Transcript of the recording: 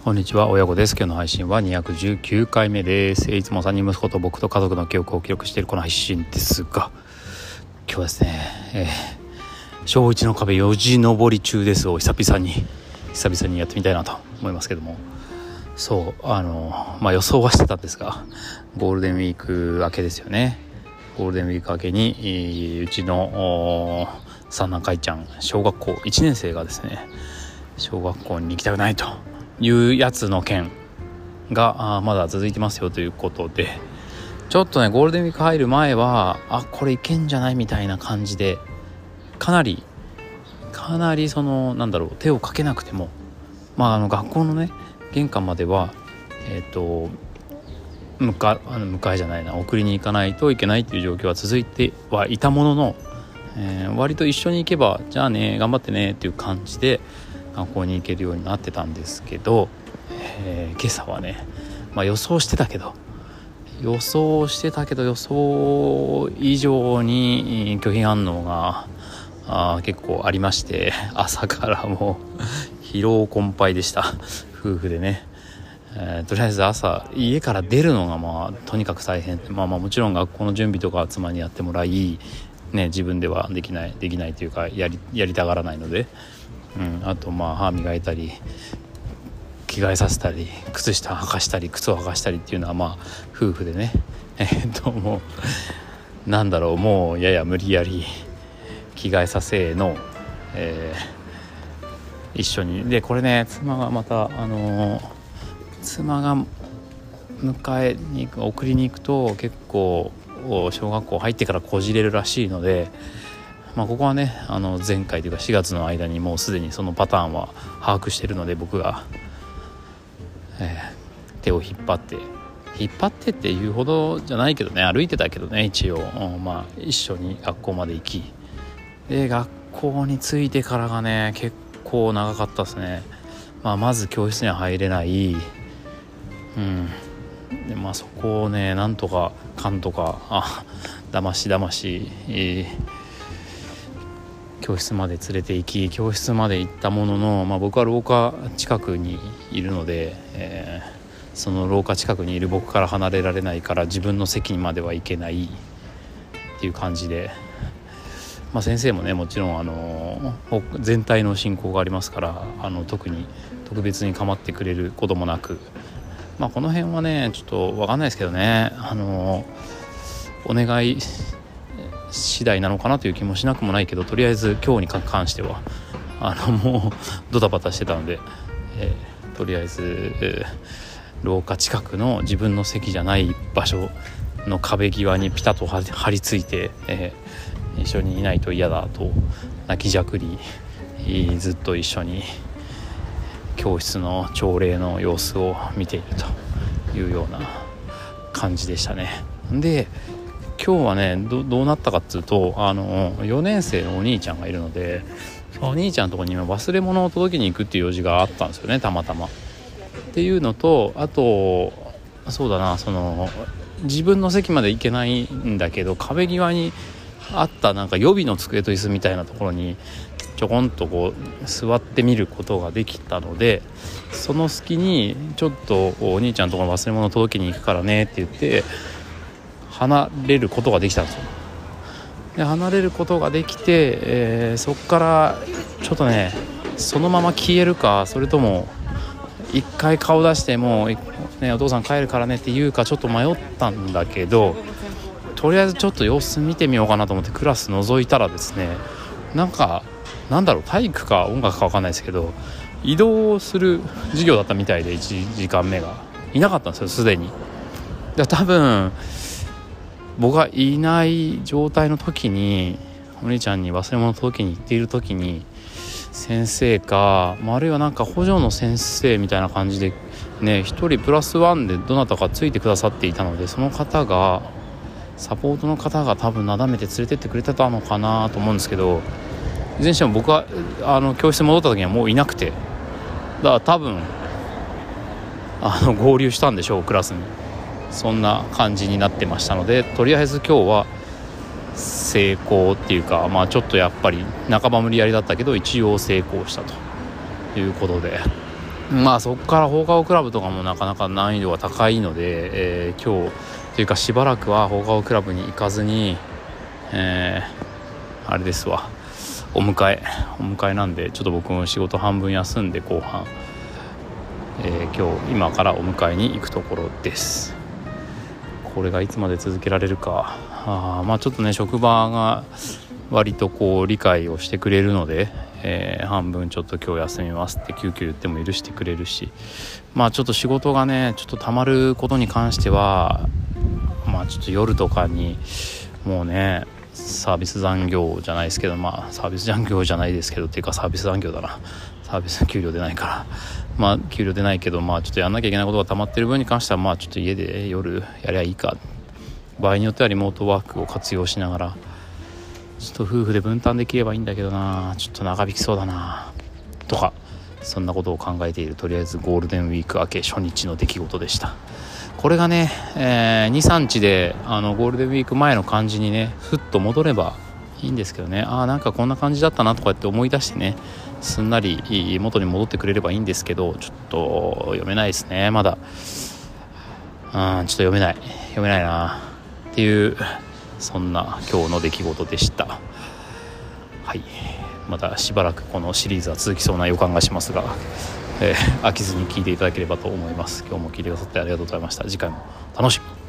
こんにちは、親子です。今日の配信は219回目です。いつも3人息子と僕と家族の記憶を記録しているこの配信ですが、今日はですね、小1の壁4時登り中ですを久々にやってみたいなと思いますけども、そう予想はしてたんですが、ゴールデンウィーク明けですよね。ゴールデンウィーク明けにうちの三男かいちゃん、小学校1年生がですね、小学校に行きたくないというやつの件がまだ続いてますよということで、ちょっとねゴールデンウィーク入る前はこれいけんじゃないみたいな感じで、かなりその手をかけなくても、学校のね玄関までは迎えじゃないな、送りに行かないといけないっていう状況は続いてはいたものの、割と一緒に行けばじゃあね頑張ってねっていう感じで学校に行けるようになってたんですけど、今朝はね、予想してたけど予想以上に拒否反応が結構ありまして、朝からもう疲労困憊でした夫婦でね。とりあえず朝家から出るのがとにかく大変。もちろん学校の準備とか妻にやってもらい、自分ではできないというかやりたがらないので、あと歯磨いたり着替えさせたり靴下履かしたり靴を履かしたりっていうのは夫婦でねもうやや無理やり着替えさせの、一緒にで、これね妻がまた妻が送りに行くと結構小学校入ってからこじれるらしいので、ここはね前回というか4月の間にもうすでにそのパターンは把握しているので、僕が、手を引っ張ってっていうほどじゃないけどね、歩いてたけどね、一応、一緒に学校まで行きで、学校に着いてからがね結構長かったですね。まず教室には入れない、でそこをねなんとかかんとかだまし教室まで連れて行き、教室まで行ったものの、僕は廊下近くにいるので、その廊下近くにいる僕から離れられないから自分の席にまでは行けないっていう感じで、先生もねもちろん全体の進行がありますから、特別に構ってくれることもなく、この辺はねちょっと分かんないですけどね、お願い次第なのかなという気もしなくもないけど、とりあえず今日に関してはもうドタバタしてたので、とりあえず、廊下近くの自分の席じゃない場所の壁際にピタッと張り付いて、一緒にいないと嫌だと泣きじゃくり、ずっと一緒に教室の朝礼の様子を見ているというような感じでしたね。で今日はねどうなったかっていうと、4年生のお兄ちゃんがいるので、そのお兄ちゃんのところに忘れ物を届けに行くっていう用事があったんですよね、たまたまっていうのと、あとそうだな、自分の席まで行けないんだけど壁際にあった予備の机と椅子みたいなところにちょこんと座ってみることができたので、その隙にちょっとお兄ちゃんのところに忘れ物を届けに行くからねって言って離れることができたんですよ。で離れることができて、そこからちょっとねそのまま消えるか、それとも一回顔出してもお父さん帰るからねって言うかちょっと迷ったんだけど、とりあえずちょっと様子見てみようかなと思ってクラス覗いたらですね、体育か音楽か分かんないですけど移動する授業だったみたいで、1時間目がいなかったんですよすでに。多分僕がいない状態の時にお兄ちゃんに忘れ物届けに行っている時に先生か、あるいは補助の先生みたいな感じでね、1人プラスワンでどなたかついてくださっていたので、その方がサポートの方が多分なだめて連れてってくれてたのかなと思うんですけど、いずれにしても僕は教室に戻った時にはもういなくて、だから多分合流したんでしょうクラスに。そんな感じになってましたので、とりあえず今日は成功っていうか、ちょっとやっぱり半ば無理やりだったけど一応成功したということで、 まあそこから放課後クラブとかもなかなか難易度が高いので、今日というかしばらくは放課後クラブに行かずに、あれですわ、お迎えなんで、ちょっと僕も仕事半分休んで後半、今からお迎えに行くところです。これがいつまで続けられるか。まあちょっとね、職場が割とこう理解をしてくれるので、半分ちょっと今日休みますって急遽言っても許してくれるし、まあちょっと仕事がねちょっと溜まることに関しては、まあちょっと夜とかにもうねサービス残業じゃないですけど、まあサービス残業じゃないですけどっていうかサービス残業だな、サービス給料出ないから、まあ給料出ないけど、まあちょっとやんなきゃいけないことが溜まってる分に関しては、まあちょっと家で夜やりゃいいか、場合によってはリモートワークを活用しながらちょっと夫婦で分担できればいいんだけどな、ちょっと長引きそうだなとか、そんなことを考えている、とりあえずゴールデンウィーク明け初日の出来事でした。これがね、2、3日でゴールデンウィーク前の感じにねふっと戻ればいいんですけどね、なんかこんな感じだったなとかって思い出してね、すんなり元に戻ってくれればいいんですけど、ちょっと読めないですね、まだ。ちょっと読めないなっていう、そんな今日の出来事でした。はい、またしばらくこのシリーズは続きそうな予感がしますが、飽きずに聞いていただければと思います。今日も聞いてくださってありがとうございました。次回も楽しみに。